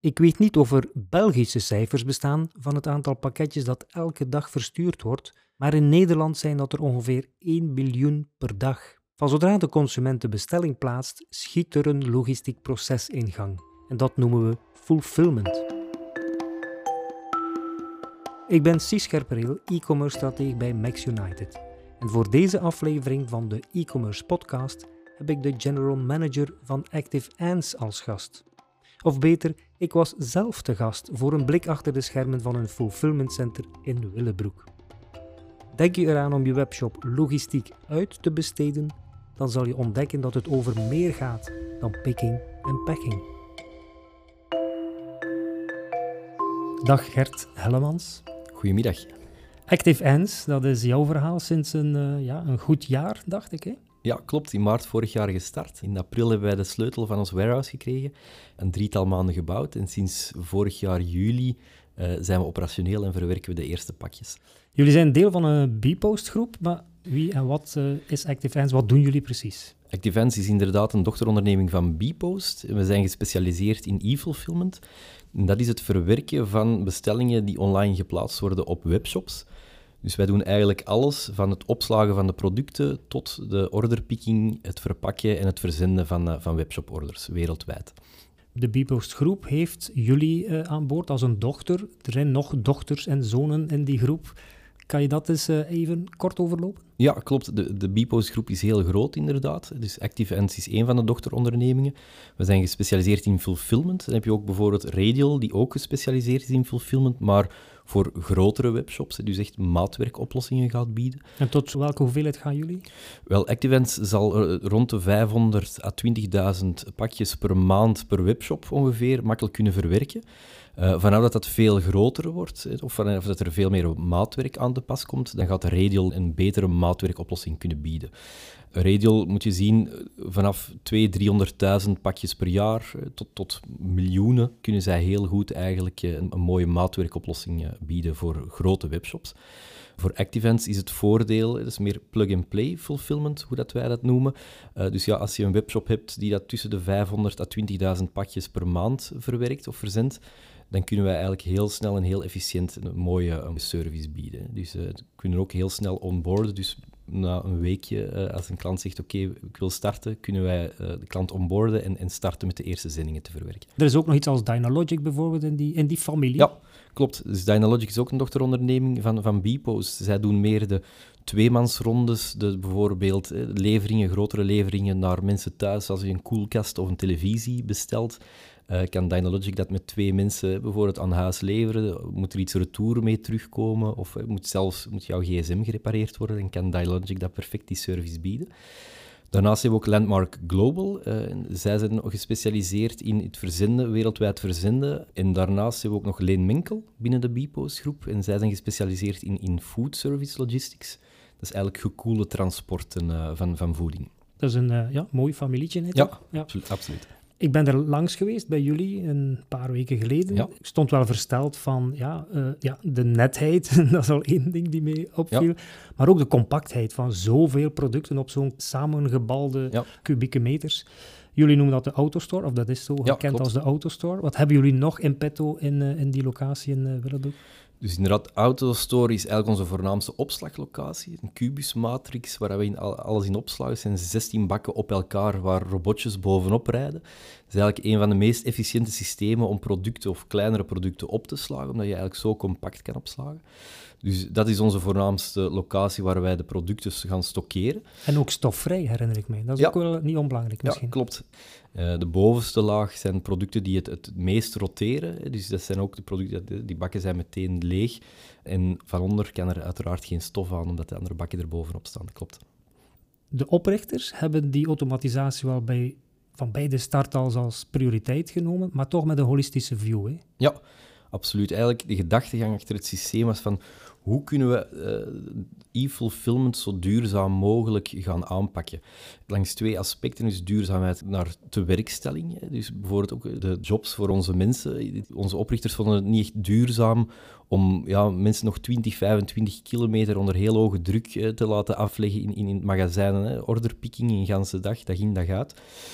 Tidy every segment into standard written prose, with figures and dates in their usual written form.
Ik weet niet of er Belgische cijfers bestaan van het aantal pakketjes dat elke dag verstuurd wordt, maar in Nederland zijn dat er ongeveer 1 biljoen per dag. Van zodra de consument de bestelling plaatst, schiet er een logistiek proces in gang. En dat noemen we fulfillment. Ik ben Cies Scherpereel, e-commerce stratege bij Max United. En voor deze aflevering van de e-commerce podcast heb ik de general manager van Active Ants als gast. Of beter, ik was zelf te gast voor een blik achter de schermen van een fulfillment center in Willebroek. Denk je eraan om je webshop logistiek uit te besteden, dan zal je ontdekken dat het over meer gaat dan picking en packing. Dag Gert Hellemans. Goedemiddag. Active Ants, dat is jouw verhaal sinds een goed jaar, dacht ik, hè? Ja, klopt. In maart vorig jaar gestart. In april hebben wij de sleutel van ons warehouse gekregen. Een 3-tal maanden gebouwd. En sinds vorig jaar juli zijn we operationeel en verwerken we de eerste pakjes. Jullie zijn deel van een Bpost groep, maar wie en wat is Active Ants? Wat doen jullie precies? Active Ants is inderdaad een dochteronderneming van Bpost. We zijn gespecialiseerd in e-fulfillment. En dat is het verwerken van bestellingen die online geplaatst worden op webshops. Dus wij doen eigenlijk alles, van het opslagen van de producten tot de orderpicking, het verpakken en het verzenden van webshoporders wereldwijd. De Bpost groep heeft jullie aan boord als een dochter. Er zijn nog dochters en zonen in die groep. Kan je dat eens even kort overlopen? Ja, klopt. De Bpost groep is heel groot inderdaad. Dus Active Ants is één van de dochterondernemingen. We zijn gespecialiseerd in fulfillment. Dan heb je ook bijvoorbeeld Radial, die ook gespecialiseerd is in fulfillment, maar voor grotere webshops, dus echt maatwerkoplossingen gaat bieden. En tot welke hoeveelheid gaan jullie? Wel, Active Ants zal rond de 500 à 20.000 pakjes per maand per webshop ongeveer makkelijk kunnen verwerken. Vanaf dat veel groter wordt, of vanaf dat er veel meer maatwerk aan de pas komt, dan gaat Radial een betere maatwerkoplossing kunnen bieden. Radial moet je zien, vanaf 200.000-300.000 pakjes per jaar tot miljoenen kunnen zij heel goed eigenlijk een mooie maatwerkoplossing bieden voor grote webshops. Voor Active Ants is het voordeel, dat is meer plug-and-play fulfillment, hoe dat wij dat noemen. Dus ja, als je een webshop hebt die dat tussen de 500 à 20.000 pakjes per maand verwerkt of verzendt, dan kunnen wij eigenlijk heel snel en heel efficiënt een mooie service bieden. Dus we kunnen ook heel snel onboarden. Dus na een weekje, als een klant zegt, oké, ik wil starten, kunnen wij de klant onboarden en starten met de eerste zendingen te verwerken. Er is ook nog iets als Dynalogic bijvoorbeeld in die familie. Ja, klopt. Dus Dynalogic is ook een dochteronderneming van Bpost. Zij doen meer de tweemansrondes, bijvoorbeeld leveringen, grotere leveringen naar mensen thuis. Als je een koelkast of een televisie bestelt, kan Dynalogic dat met 2 mensen bijvoorbeeld aan huis leveren. Moet er iets retour mee terugkomen of moet jouw gsm gerepareerd worden, dan kan Dynalogic dat perfect die service bieden. Daarnaast hebben we ook Landmark Global. Zij zijn gespecialiseerd in het verzenden, wereldwijd verzenden. En daarnaast hebben we ook nog Leen Menkel binnen de Bpost groep. En zij zijn gespecialiseerd in food service logistics. Dat is eigenlijk gekoelde transporten van voeding. Dat is een mooi familietje. Hè, ja, absoluut. Ik ben er langs geweest bij jullie een paar weken geleden. Ja. Ik stond wel versteld van de netheid, dat is al één ding die mij opviel. Ja. Maar ook de compactheid van zoveel producten op zo'n samengebalde kubieke meters. Jullie noemen dat de Autostore, of dat is zo gekend als de Autostore. Wat hebben jullie nog in petto in die locatie in Willebroek? Dus inderdaad, Autostore is eigenlijk onze voornaamste opslaglocatie. Een kubusmatrix waar we alles in opslagen. Het zijn 16 bakken op elkaar waar robotjes bovenop rijden. Dat is eigenlijk een van de meest efficiënte systemen om producten of kleinere producten op te slagen, omdat je eigenlijk zo compact kan opslagen. Dus dat is onze voornaamste locatie waar wij de producten gaan stockeren. En ook stofvrij, herinner ik mij. Dat is ook wel niet onbelangrijk misschien. Ja, klopt. De bovenste laag zijn producten die het meest roteren. Dus dat zijn ook de producten, die bakken zijn meteen leeg. En van onder kan er uiteraard geen stof aan, omdat de andere bakken er bovenop staan. Klopt. De oprichters hebben die automatisatie wel van bij de start als prioriteit genomen, maar toch met een holistische view, hè? Ja, absoluut. Eigenlijk de gedachtegang achter het systeem was van hoe kunnen we e-fulfillment zo duurzaam mogelijk gaan aanpakken. Langs 2 aspecten, dus duurzaamheid naar tewerkstelling. Dus bijvoorbeeld ook de jobs voor onze mensen. Onze oprichters vonden het niet echt duurzaam om mensen nog 20, 25 kilometer onder heel hoge druk te laten afleggen in het magazijn. Orderpicking een ganse dag in dag uit.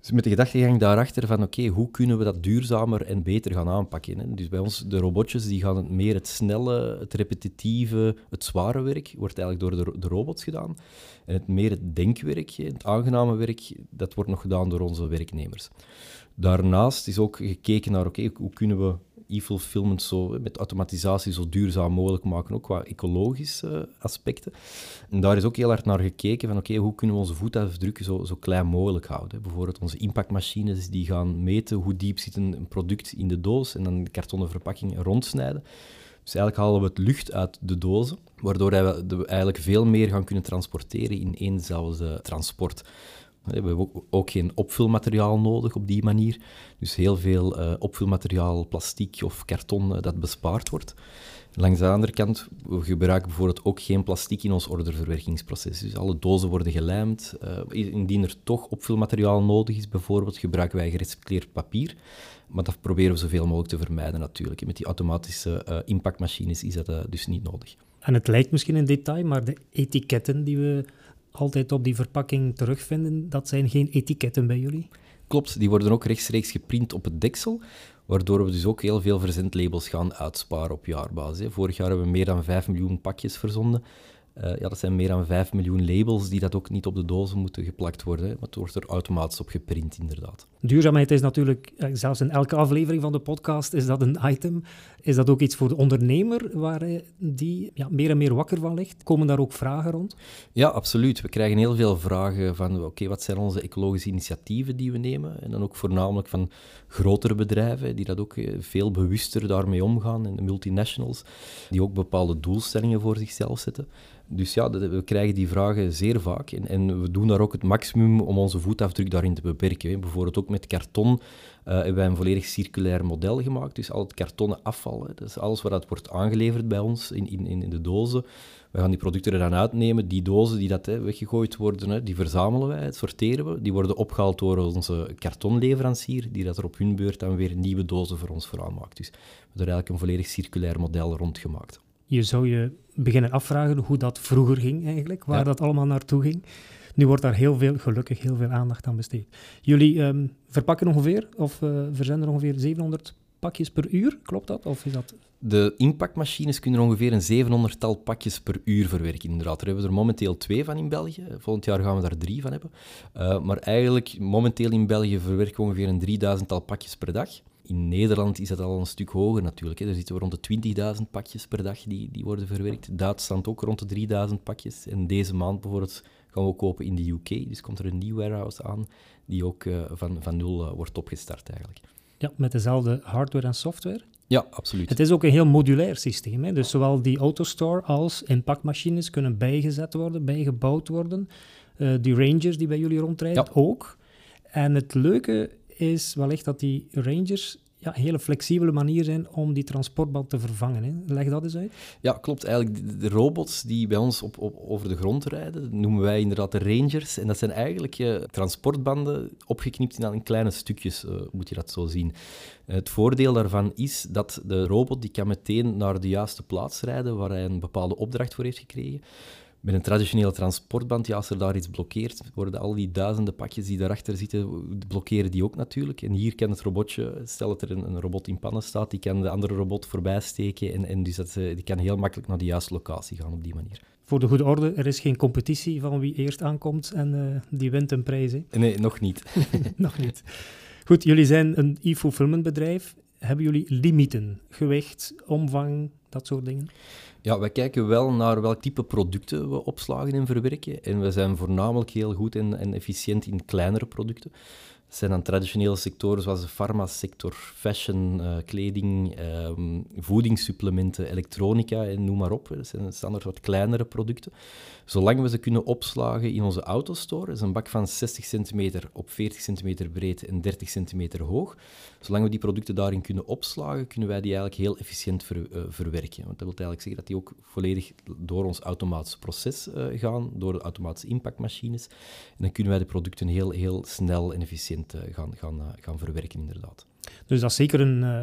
Dus met de gedachtegang daarachter van oké, hoe kunnen we dat duurzamer en beter gaan aanpakken? Hè? Dus bij ons, de robotjes, die gaan het snelle, het repetitieve, het zware werk, wordt eigenlijk door de robots gedaan. En het denkwerk, het aangename werk, dat wordt nog gedaan door onze werknemers. Daarnaast is ook gekeken naar oké, hoe kunnen we e-fulfillment zo met automatisatie zo duurzaam mogelijk maken, ook qua ecologische aspecten. En daar is ook heel hard naar gekeken van oké, hoe kunnen we onze voetafdruk zo klein mogelijk houden. Bijvoorbeeld onze impactmachines die gaan meten hoe diep zit een product in de doos en dan de kartonnen verpakking rondsnijden. Dus eigenlijk halen we het lucht uit de dozen, waardoor we eigenlijk veel meer gaan kunnen transporteren in éénzelfde transport. We hebben ook geen opvulmateriaal nodig op die manier. Dus heel veel opvulmateriaal, plastic of karton dat bespaard wordt. Langs de andere kant, we gebruiken bijvoorbeeld ook geen plastic in ons orderverwerkingsproces. Dus alle dozen worden gelijmd. Indien er toch opvulmateriaal nodig is, bijvoorbeeld, gebruiken wij gerecycleerd papier. Maar dat proberen we zoveel mogelijk te vermijden natuurlijk. Met die automatische impactmachines is dat dus niet nodig. En het lijkt misschien een detail, maar de etiketten die we altijd op die verpakking terugvinden, dat zijn geen etiketten bij jullie? Klopt, die worden ook rechtstreeks geprint op het deksel, waardoor we dus ook heel veel verzendlabels gaan uitsparen op jaarbasis. Vorig jaar hebben we meer dan 5 miljoen pakjes verzonden. Dat zijn meer dan 5 miljoen labels die dat ook niet op de dozen moeten geplakt worden, maar het wordt er automatisch op geprint, inderdaad. Duurzaamheid is natuurlijk, zelfs in elke aflevering van de podcast is dat een item. Is dat ook iets voor de ondernemer waar die meer en meer wakker van ligt? Komen daar ook vragen rond? Ja, absoluut. We krijgen heel veel vragen van oké, wat zijn onze ecologische initiatieven die we nemen? En dan ook voornamelijk van grotere bedrijven die dat ook veel bewuster daarmee omgaan, en de multinationals, die ook bepaalde doelstellingen voor zichzelf zetten. Dus ja, we krijgen die vragen zeer vaak en we doen daar ook het maximum om onze voetafdruk daarin te beperken. Bijvoorbeeld ook met karton hebben wij een volledig circulair model gemaakt. Dus al het kartonnen afval, dat is alles wat dat wordt aangeleverd bij ons in de dozen. We gaan die producten er dan uitnemen. Die dozen die dat weggegooid worden, die verzamelen wij, sorteren we. Die worden opgehaald door onze kartonleverancier, die dat er op hun beurt dan weer nieuwe dozen voor ons aanmaakt. Dus we hebben er eigenlijk een volledig circulair model rond gemaakt. Je zou je beginnen afvragen hoe dat vroeger ging eigenlijk, waar dat allemaal naartoe ging. Nu wordt daar gelukkig heel veel aandacht aan besteed. Jullie verpakken ongeveer, of verzenden ongeveer 700 pakjes per uur, klopt dat? Of is dat... De impactmachines kunnen ongeveer een 700-tal pakjes per uur verwerken, inderdaad. Daar hebben we er momenteel 2 van in België. Volgend jaar gaan we daar 3 van hebben. Maar eigenlijk, momenteel in België verwerken we ongeveer een 3000-tal pakjes per dag. In Nederland is dat al een stuk hoger natuurlijk. Daar zitten we rond de 20.000 pakjes per dag die worden verwerkt. Duitsland ook rond de 3000 pakjes. En deze maand bijvoorbeeld gaan we ook kopen in de UK. Dus komt er een nieuw warehouse aan die ook van nul wordt opgestart eigenlijk. Ja, met dezelfde hardware en software? Ja, absoluut. Het is ook een heel modulair systeem. Hè? Dus zowel die autostore als impactmachines kunnen bijgezet worden, bijgebouwd worden. Die Rangers die bij jullie rondrijden ook. En het leuke is wellicht dat die Rangers een hele flexibele manier zijn om die transportband te vervangen. Hè? Leg dat eens uit. Ja, klopt. Eigenlijk de robots die bij ons over de grond rijden, dat noemen wij inderdaad de Rangers. En dat zijn eigenlijk transportbanden opgeknipt in kleine stukjes, moet je dat zo zien. Het voordeel daarvan is dat de robot die kan meteen naar de juiste plaats rijden waar hij een bepaalde opdracht voor heeft gekregen. Met een traditionele transportband, als er daar iets blokkeert, worden al die duizenden pakjes die daarachter zitten, blokkeren die ook natuurlijk. En hier kan het robotje, stel dat er een robot in pannen staat, die kan de andere robot voorbij steken en dus die kan heel makkelijk naar de juiste locatie gaan op die manier. Voor de goede orde, er is geen competitie van wie eerst aankomt en die wint een prijs. Hè? Nee, nog niet. Nog niet. Goed, jullie zijn een e-fulfillment bedrijf. Hebben jullie limieten? Gewicht, omvang, dat soort dingen? Ja, wij kijken wel naar welk type producten we opslagen en verwerken. En we zijn voornamelijk heel goed en efficiënt in kleinere producten. Het zijn dan traditionele sectoren zoals de farmasector, fashion, kleding, voedingssupplementen, elektronica en noem maar op. Dat zijn standaard wat kleinere producten. Zolang we ze kunnen opslagen in onze autostore, dat is een bak van 60 centimeter op 40 centimeter breed en 30 centimeter hoog. Zolang we die producten daarin kunnen opslagen, kunnen wij die eigenlijk heel efficiënt verwerken. Want dat wil eigenlijk zeggen dat die ook volledig door ons automatische proces gaan, door de automatische impactmachines. En dan kunnen wij de producten heel, heel snel en efficiënt gaan verwerken, inderdaad. Dus dat is zeker een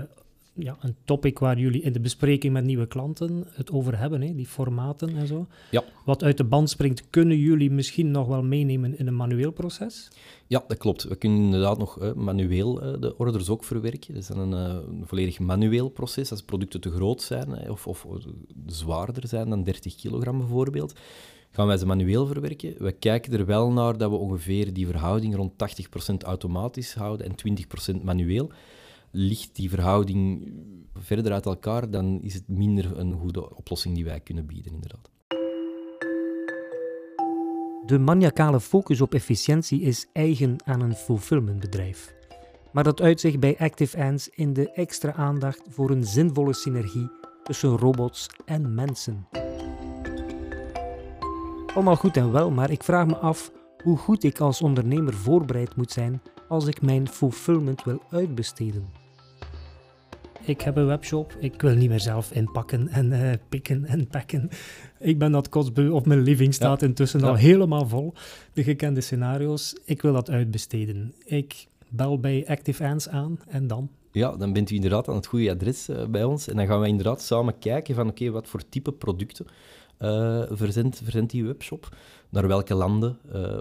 een topic waar jullie in de bespreking met nieuwe klanten het over hebben, hè? Die formaten en zo. Ja. Wat uit de band springt, kunnen jullie misschien nog wel meenemen in een manueel proces? Ja, dat klopt. We kunnen inderdaad nog manueel de orders ook verwerken. Dat is dan een volledig manueel proces. Als producten te groot zijn of zwaarder zijn dan 30 kilogram bijvoorbeeld, gaan wij ze manueel verwerken. We kijken er wel naar dat we ongeveer die verhouding rond 80% automatisch houden en 20% manueel. Ligt die verhouding verder uit elkaar, dan is het minder een goede oplossing die wij kunnen bieden, inderdaad. De maniacale focus op efficiëntie is eigen aan een fulfillmentbedrijf. Maar dat uit zich bij Active Ants in de extra aandacht voor een zinvolle synergie tussen robots en mensen. Allemaal goed en wel, maar ik vraag me af hoe goed ik als ondernemer voorbereid moet zijn als ik mijn fulfillment wil uitbesteden. Ik heb een webshop, ik wil niet meer zelf inpakken en pikken en packen. Ik ben dat kotsbeu of mijn living staat intussen al helemaal vol. De gekende scenario's, ik wil dat uitbesteden. Ik bel bij Active Ants aan en dan? Ja, dan bent u inderdaad aan het goede adres bij ons. En dan gaan we inderdaad samen kijken van oké, wat voor type producten verzendt die webshop, naar welke landen,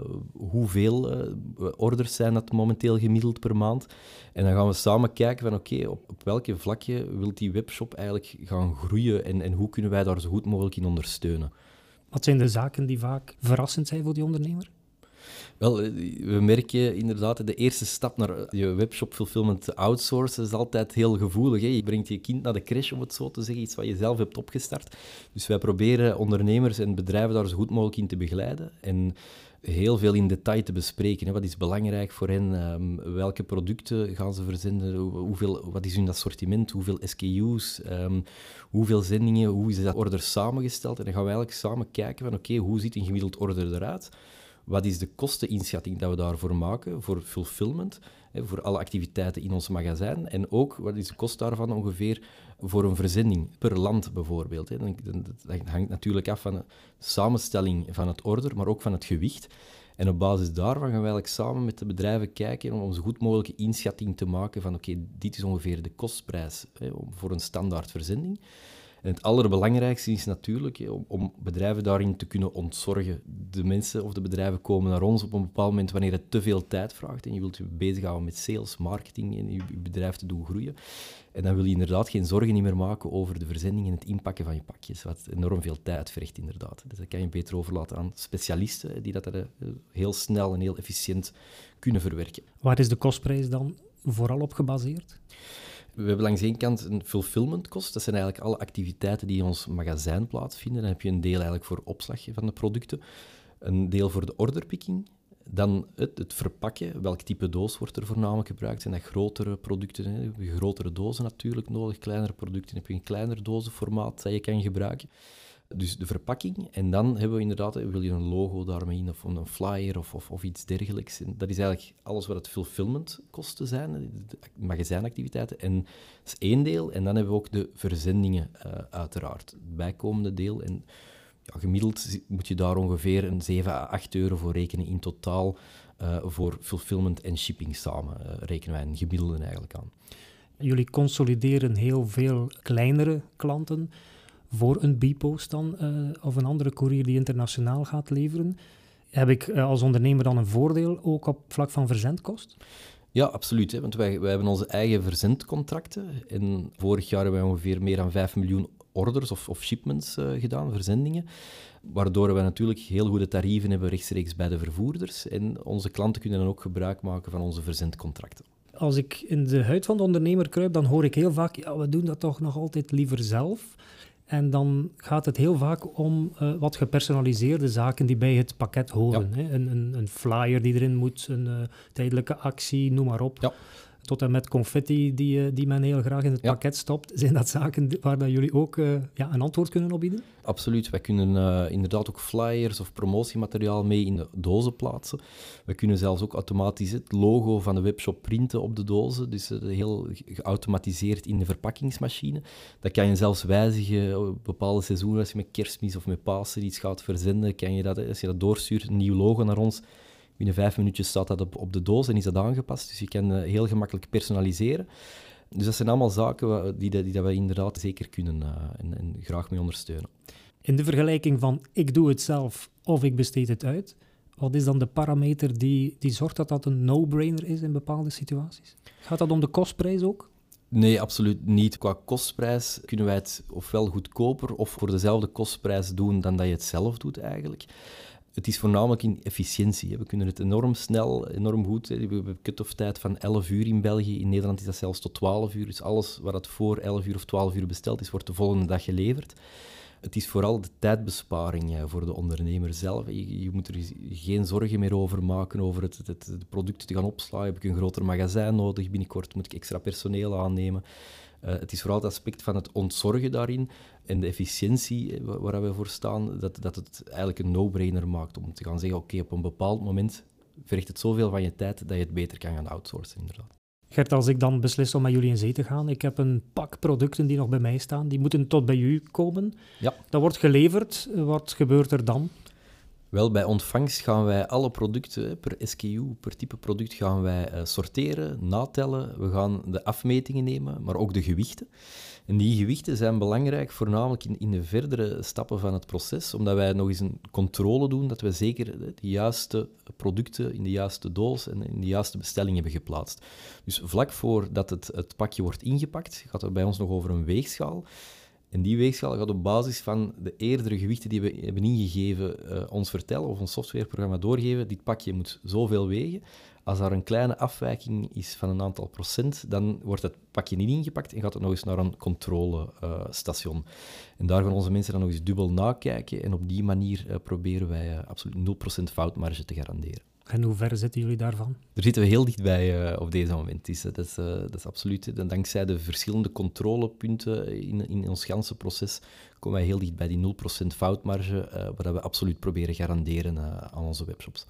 hoeveel orders zijn dat momenteel gemiddeld per maand. En dan gaan we samen kijken van oké, op welke vlakje wil die webshop eigenlijk gaan groeien en hoe kunnen wij daar zo goed mogelijk in ondersteunen. Wat zijn de zaken die vaak verrassend zijn voor die ondernemer? Wel, we merken inderdaad, de eerste stap naar je webshop fulfillment outsourcen is altijd heel gevoelig. Hè? Je brengt je kind naar de crash, om het zo te zeggen, iets wat je zelf hebt opgestart. Dus wij proberen ondernemers en bedrijven daar zo goed mogelijk in te begeleiden en heel veel in detail te bespreken. Hè? Wat is belangrijk voor hen? Welke producten gaan ze verzenden? Wat is hun assortiment? Hoeveel SKU's? Hoeveel zendingen? Hoe is dat order samengesteld? En dan gaan we eigenlijk samen kijken van oké, hoe ziet een gemiddeld order eruit? Wat is de kosteninschatting dat we daarvoor maken, voor fulfillment, voor alle activiteiten in ons magazijn? En ook, wat is de kost daarvan ongeveer voor een verzending per land bijvoorbeeld? Dat hangt natuurlijk af van de samenstelling van het order, maar ook van het gewicht. En op basis daarvan gaan we eigenlijk samen met de bedrijven kijken om zo goed mogelijke inschatting te maken van oké, dit is ongeveer de kostprijs voor een standaard verzending. En het allerbelangrijkste is natuurlijk om bedrijven daarin te kunnen ontzorgen. De mensen of de bedrijven komen naar ons op een bepaald moment wanneer het te veel tijd vraagt en je wilt je bezighouden met sales, marketing en je bedrijf te doen groeien. En dan wil je inderdaad geen zorgen meer maken over de verzending en het inpakken van je pakjes, wat enorm veel tijd vergt inderdaad. Dus dat kan je beter overlaten aan specialisten die dat heel snel en heel efficiënt kunnen verwerken. Waar is de kostprijs dan vooral op gebaseerd? We hebben langs één kant een fulfillmentkost. Dat zijn eigenlijk alle activiteiten die in ons magazijn plaatsvinden. Dan heb je een deel eigenlijk voor opslag van de producten, een deel voor de orderpicking, dan het verpakken. Welk type doos wordt er voornamelijk gebruikt? Zijn dat grotere producten? Hè? Heb je grotere dozen natuurlijk nodig, kleinere producten heb je een kleiner dozenformaat dat je kan gebruiken. Dus de verpakking. En dan hebben we inderdaad, wil je een logo daarmee in of een flyer of iets dergelijks. En dat is eigenlijk alles wat het fulfillmentkosten zijn, de magazijnactiviteiten. En dat is één deel. En dan hebben we ook de verzendingen uiteraard. Het bijkomende deel. En gemiddeld moet je daar ongeveer een 7 à 8 euro voor rekenen in totaal voor fulfillment en shipping samen. Rekenen wij een gemiddelde eigenlijk aan. Jullie consolideren heel veel kleinere klanten voor een bpost dan, of een andere courier die internationaal gaat leveren. Heb ik als ondernemer dan een voordeel, ook op vlak van verzendkost? Ja, absoluut. Hè, want wij hebben onze eigen verzendcontracten. En vorig jaar hebben wij ongeveer meer dan 5 miljoen orders of shipments gedaan, verzendingen. Waardoor we natuurlijk heel goede tarieven hebben rechtstreeks bij de vervoerders. En onze klanten kunnen dan ook gebruik maken van onze verzendcontracten. Als ik in de huid van de ondernemer kruip, dan hoor ik heel vaak, ja, we doen dat toch nog altijd liever zelf. En dan gaat het heel vaak om wat gepersonaliseerde zaken die bij het pakket horen. Ja. Hè? Een flyer die erin moet, een tijdelijke actie, noem maar op. Ja. Tot en met confetti die men heel graag in het pakket stopt. Zijn dat zaken waar dat jullie ook een antwoord kunnen op bieden? Absoluut. Wij kunnen inderdaad ook flyers of promotiemateriaal mee in de dozen plaatsen. We kunnen zelfs ook automatisch het logo van de webshop printen op de dozen. Dus heel geautomatiseerd in de verpakkingsmachine. Dat kan je zelfs wijzigen op bepaalde seizoenen. Als je met Kerstmis of met Pasen iets gaat verzenden, kan je dat, als je dat doorstuurt, een nieuw logo naar ons, binnen 5 minuutjes staat dat op de doos en is dat aangepast. Dus je kan heel gemakkelijk personaliseren. Dus dat zijn allemaal zaken die dat we inderdaad zeker kunnen en graag mee ondersteunen. In de vergelijking van ik doe het zelf of ik besteed het uit, wat is dan de parameter die zorgt dat dat een no-brainer is in bepaalde situaties? Gaat dat om de kostprijs ook? Nee, absoluut niet. Qua kostprijs kunnen wij het ofwel goedkoper of voor dezelfde kostprijs doen dan dat je het zelf doet eigenlijk. Het is voornamelijk in efficiëntie. We kunnen het enorm snel, enorm goed. We hebben een cut-off tijd van 11 uur in België. In Nederland is dat zelfs tot 12 uur. Dus alles wat het voor 11 uur of 12 uur besteld is, wordt de volgende dag geleverd. Het is vooral de tijdbesparing voor de ondernemer zelf. Je moet er geen zorgen meer over maken, over de producten te gaan opslaan. Heb ik een groter magazijn nodig? Binnenkort moet ik extra personeel aannemen. Het is vooral het aspect van het ontzorgen daarin en de efficiëntie waar we voor staan, dat het eigenlijk een no-brainer maakt om te gaan zeggen, oké, op een bepaald moment vergt het zoveel van je tijd dat je het beter kan gaan outsourcen, inderdaad. Gert, als ik dan beslis om met jullie in zee te gaan, ik heb een pak producten die nog bij mij staan, die moeten tot bij u komen. Ja. Dat wordt geleverd. Wat gebeurt er dan? Wel, bij ontvangst gaan wij alle producten per SKU, per type product, gaan wij sorteren, natellen. We gaan de afmetingen nemen, maar ook de gewichten. En die gewichten zijn belangrijk, voornamelijk in de verdere stappen van het proces, omdat wij nog eens een controle doen dat we zeker de juiste producten in de juiste doos en in de juiste bestelling hebben geplaatst. Dus vlak voordat het pakje wordt ingepakt, gaat het bij ons nog over een weegschaal. En die weegschaal gaat op basis van de eerdere gewichten die we hebben ingegeven ons vertellen, of ons softwareprogramma doorgeven, dit pakje moet zoveel wegen. Als daar een kleine afwijking is van een aantal procent, dan wordt het pakje niet ingepakt en gaat het nog eens naar een controlestation. En daar gaan onze mensen dan nog eens dubbel nakijken en op die manier proberen wij absoluut 0% foutmarge te garanderen. En hoe ver zitten jullie daarvan? Daar zitten we heel dichtbij op deze moment. Dat is absoluut. Dankzij de verschillende controlepunten in ons ganse proces komen wij heel dicht bij die 0% foutmarge, waar we absoluut proberen garanderen aan onze webshops.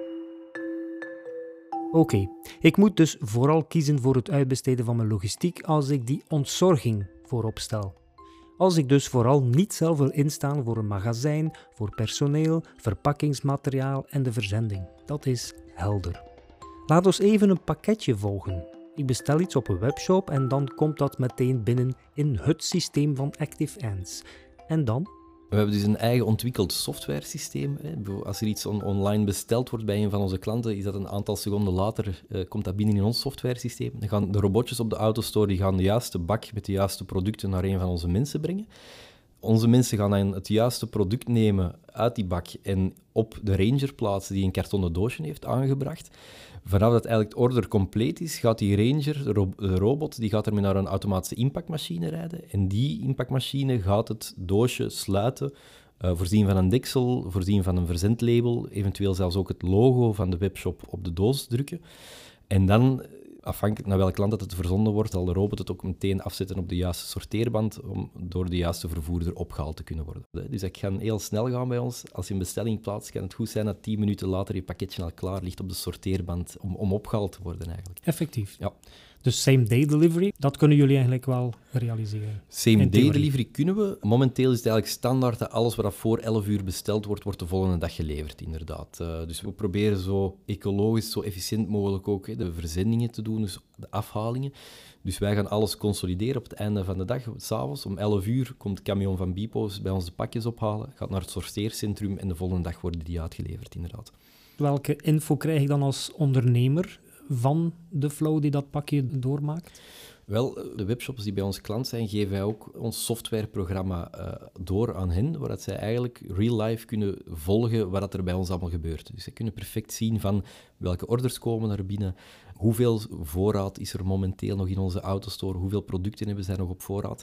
Oké, ik moet dus vooral kiezen voor het uitbesteden van mijn logistiek als ik die ontzorging voorop stel. Als ik dus vooral niet zelf wil instaan voor een magazijn, voor personeel, verpakkingsmateriaal en de verzending. Dat is helder. Laat ons even een pakketje volgen. Ik bestel iets op een webshop en dan komt dat meteen binnen in het systeem van Active Ants. En dan? We hebben dus een eigen ontwikkeld softwaresysteem. Als er iets online besteld wordt bij een van onze klanten, is dat een aantal seconden later, komt dat binnen in ons softwaresysteem. Dan gaan de robotjes op de autostore die gaan de juiste bak met de juiste producten naar een van onze mensen brengen. Onze mensen gaan dan het juiste product nemen uit die bak en op de Ranger plaatsen die een kartonnen doosje heeft aangebracht. Vanaf dat eigenlijk het order compleet is, gaat die Ranger, de robot, die gaat ermee naar een automatische inpakmachine rijden. En die inpakmachine gaat het doosje sluiten, voorzien van een deksel, voorzien van een verzendlabel, eventueel zelfs ook het logo van de webshop op de doos drukken. En dan, afhankelijk naar welk land dat het verzonden wordt, zal de robot het ook meteen afzetten op de juiste sorteerband om door de juiste vervoerder opgehaald te kunnen worden. Dus dat kan heel snel gaan bij ons. Als je een bestelling plaatst, kan het goed zijn dat 10 minuten later je pakketje al klaar ligt op de sorteerband om opgehaald te worden eigenlijk. Effectief. Ja. Dus same-day delivery, dat kunnen jullie eigenlijk wel realiseren? Same-day delivery kunnen we. Momenteel is het eigenlijk standaard dat alles wat voor 11 uur besteld wordt, wordt de volgende dag geleverd, inderdaad. Dus we proberen zo ecologisch, zo efficiënt mogelijk ook de verzendingen te doen, dus de afhalingen. Dus wij gaan alles consolideren op het einde van de dag, 's avonds. Om 11 uur komt de camion van Bipo's bij ons de pakjes ophalen, gaat naar het sorteercentrum en de volgende dag worden die uitgeleverd, inderdaad. Welke info krijg ik dan als ondernemer van de flow die dat pakje doormaakt? Wel, de webshops die bij ons klant zijn, geven wij ook ons softwareprogramma door aan hen, waar dat zij eigenlijk real life kunnen volgen wat er bij ons allemaal gebeurt. Dus ze kunnen perfect zien van welke orders komen er binnen, hoeveel voorraad is er momenteel nog in onze autostore, hoeveel producten hebben zij nog op voorraad.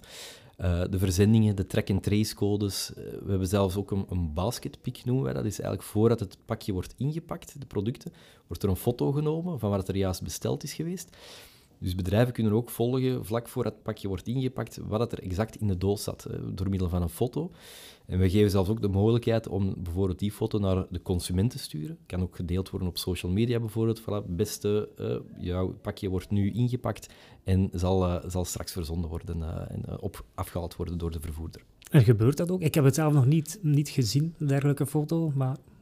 De verzendingen, de track-and-trace codes. We hebben zelfs ook een basketpick, noemen wij dat. Dat is eigenlijk voordat het pakje wordt ingepakt, de producten, wordt er een foto genomen van wat er juist besteld is geweest. Dus bedrijven kunnen ook volgen, vlak voordat het pakje wordt ingepakt, wat er exact in de doos zat, door middel van een foto. En we geven zelfs ook de mogelijkheid om bijvoorbeeld die foto naar de consument te sturen. Kan ook gedeeld worden op social media bijvoorbeeld. Voilà, beste, jouw pakje wordt nu ingepakt en zal straks verzonden worden en afgehaald worden door de vervoerder. En gebeurt dat ook? Ik heb het zelf nog niet gezien, een dergelijke foto, maar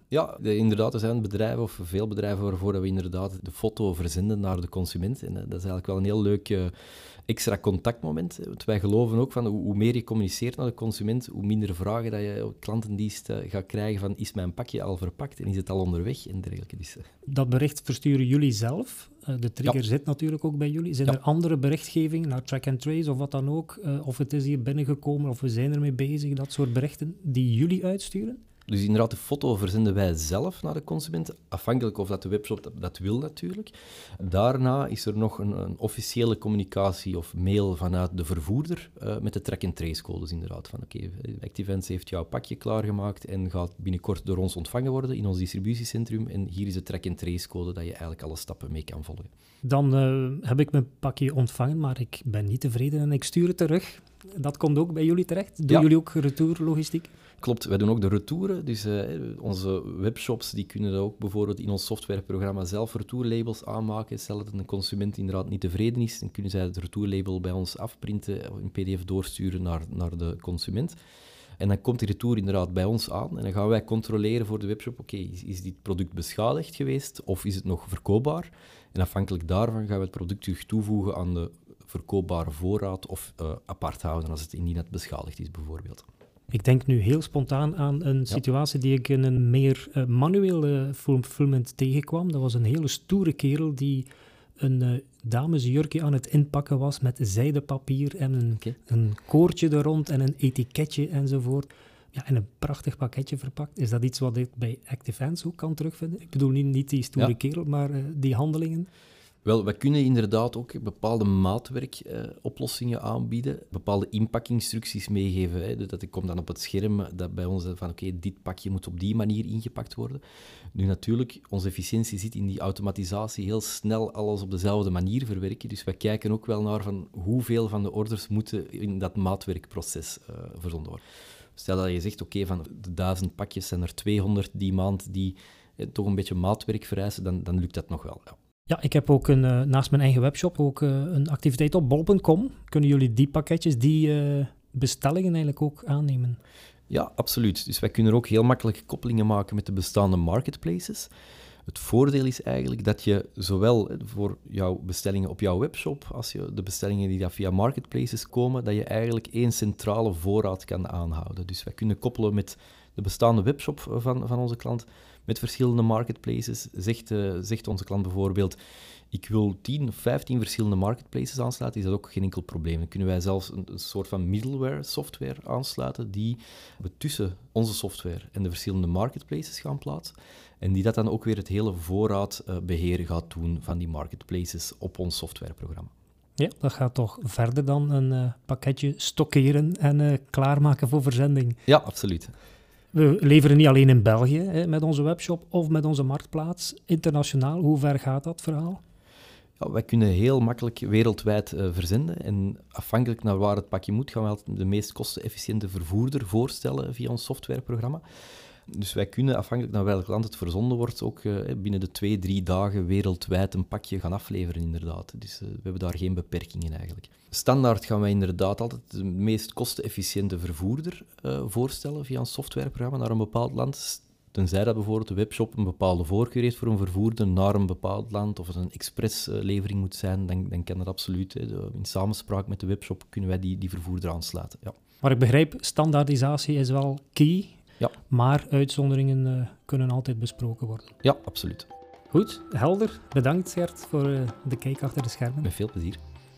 Ja, inderdaad, er zijn bedrijven of veel bedrijven waarvoor we inderdaad de foto verzenden naar de consument. En dat is eigenlijk wel een heel leuk extra contactmoment. Want wij geloven ook van hoe meer je communiceert naar de consument, hoe minder vragen dat je klantendienst gaat krijgen van is mijn pakje al verpakt en is het al onderweg en dergelijke. Dus, Dat bericht versturen jullie zelf. De trigger zit natuurlijk ook bij jullie. Zijn er andere berichtgeving, nou track and trace of wat dan ook, of het is hier binnengekomen of we zijn ermee bezig, dat soort berichten die jullie uitsturen? Dus inderdaad, de foto verzenden wij zelf naar de consument, afhankelijk of dat de webshop dat wil natuurlijk. Daarna is er nog een officiële communicatie of mail vanuit de vervoerder met de track-and-trace-codes inderdaad. Van oké, ActiveAds heeft jouw pakje klaargemaakt en gaat binnenkort door ons ontvangen worden in ons distributiecentrum. En hier is de track-and-trace-code dat je eigenlijk alle stappen mee kan volgen. Dan heb ik mijn pakje ontvangen, maar ik ben niet tevreden en ik stuur het terug. Dat komt ook bij jullie terecht? Doen jullie ook retourlogistiek? Klopt, wij doen ook de retouren. Dus onze webshops die kunnen ook bijvoorbeeld in ons softwareprogramma zelf retourlabels aanmaken. Stel dat een consument inderdaad niet tevreden is, dan kunnen zij het retourlabel bij ons afprinten of in pdf doorsturen naar de consument. En dan komt die retour inderdaad bij ons aan en dan gaan wij controleren voor de webshop, oké, is dit product beschadigd geweest of is het nog verkoopbaar? En afhankelijk daarvan gaan we het product terug toevoegen aan de verkoopbare voorraad of apart houden als het indien het beschadigd is bijvoorbeeld. Ik denk nu heel spontaan aan een situatie die ik in een meer manuele fulfillment tegenkwam. Dat was een hele stoere kerel die een damesjurkje aan het inpakken was met zijdepapier en een koordje er rond en een etiketje enzovoort. Ja, en een prachtig pakketje verpakt. Is dat iets wat ik bij ActiveAds ook kan terugvinden? Ik bedoel niet die stoere kerel, maar die handelingen. Wel, we kunnen inderdaad ook bepaalde maatwerkoplossingen aanbieden, bepaalde inpakinstructies meegeven. Hè. Dat komt dan op het scherm dat bij ons van oké, dit pakje moet op die manier ingepakt worden. Nu natuurlijk, onze efficiëntie zit in die automatisatie, heel snel alles op dezelfde manier verwerken. Dus we kijken ook wel naar van hoeveel van de orders moeten in dat maatwerkproces verzonden worden. Stel dat je zegt, oké, van de 1000 pakjes zijn er 200 die maand die toch een beetje maatwerk vereisen, dan lukt dat nog wel. Ja. Ja, ik heb ook naast mijn eigen webshop ook een activiteit op bol.com. Kunnen jullie die pakketjes, die bestellingen eigenlijk ook aannemen? Ja, absoluut. Dus wij kunnen ook heel makkelijk koppelingen maken met de bestaande marketplaces. Het voordeel is eigenlijk dat je zowel voor jouw bestellingen op jouw webshop, als je de bestellingen die via marketplaces komen, dat je eigenlijk één centrale voorraad kan aanhouden. Dus wij kunnen koppelen met de bestaande webshop van onze klant, met verschillende marketplaces. Zegt onze klant bijvoorbeeld, ik wil 10 of 15 verschillende marketplaces aansluiten, is dat ook geen enkel probleem. Dan kunnen wij zelfs een soort van middleware software aansluiten die we tussen onze software en de verschillende marketplaces gaan plaatsen en die dat dan ook weer het hele voorraadbeheer gaat doen van die marketplaces op ons softwareprogramma. Ja, dat gaat toch verder dan een pakketje stockeren en klaarmaken voor verzending. Ja, absoluut. We leveren niet alleen in België met onze webshop of met onze marktplaats. Internationaal, hoe ver gaat dat verhaal? Ja, wij kunnen heel makkelijk wereldwijd verzenden. En afhankelijk naar waar het pakje moet, gaan we altijd de meest kostenefficiënte vervoerder voorstellen via ons softwareprogramma. Dus wij kunnen, afhankelijk naar welk land het verzonden wordt, ook binnen de 2-3 dagen wereldwijd een pakje gaan afleveren, inderdaad. Dus we hebben daar geen beperkingen eigenlijk. Standaard gaan wij inderdaad altijd de meest kostenefficiënte vervoerder voorstellen via een softwareprogramma naar een bepaald land. Tenzij dat bijvoorbeeld de webshop een bepaalde voorkeur heeft voor een vervoerder naar een bepaald land, of het een expresslevering moet zijn, dan kan dat absoluut. In samenspraak met de webshop kunnen wij die vervoerder aansluiten. Ja. Maar ik begrijp, standaardisatie is wel key. Ja. Maar uitzonderingen kunnen altijd besproken worden. Ja, absoluut. Goed, helder. Bedankt Gert voor de kijk achter de schermen. Met veel plezier.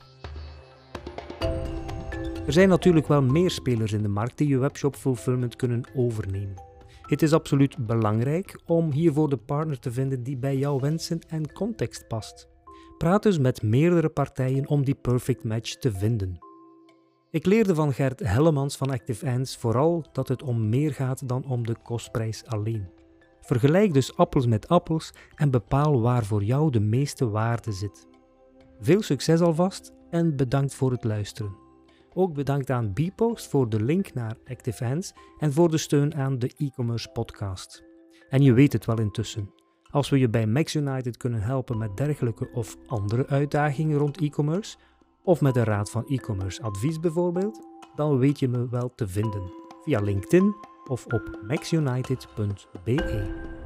Er zijn natuurlijk wel meer spelers in de markt die je webshop fulfillment kunnen overnemen. Het is absoluut belangrijk om hiervoor de partner te vinden die bij jouw wensen en context past. Praat dus met meerdere partijen om die perfect match te vinden. Ik leerde van Gert Hellemans van ActiveAds vooral dat het om meer gaat dan om de kostprijs alleen. Vergelijk dus appels met appels en bepaal waar voor jou de meeste waarde zit. Veel succes alvast en bedankt voor het luisteren. Ook bedankt aan Bpost voor de link naar ActiveAds en voor de steun aan de e-commerce podcast. En je weet het wel intussen. Als we je bij Max United kunnen helpen met dergelijke of andere uitdagingen rond e-commerce, of met een raad van e-commerce advies bijvoorbeeld, dan weet je me wel te vinden via LinkedIn of op maxunited.be.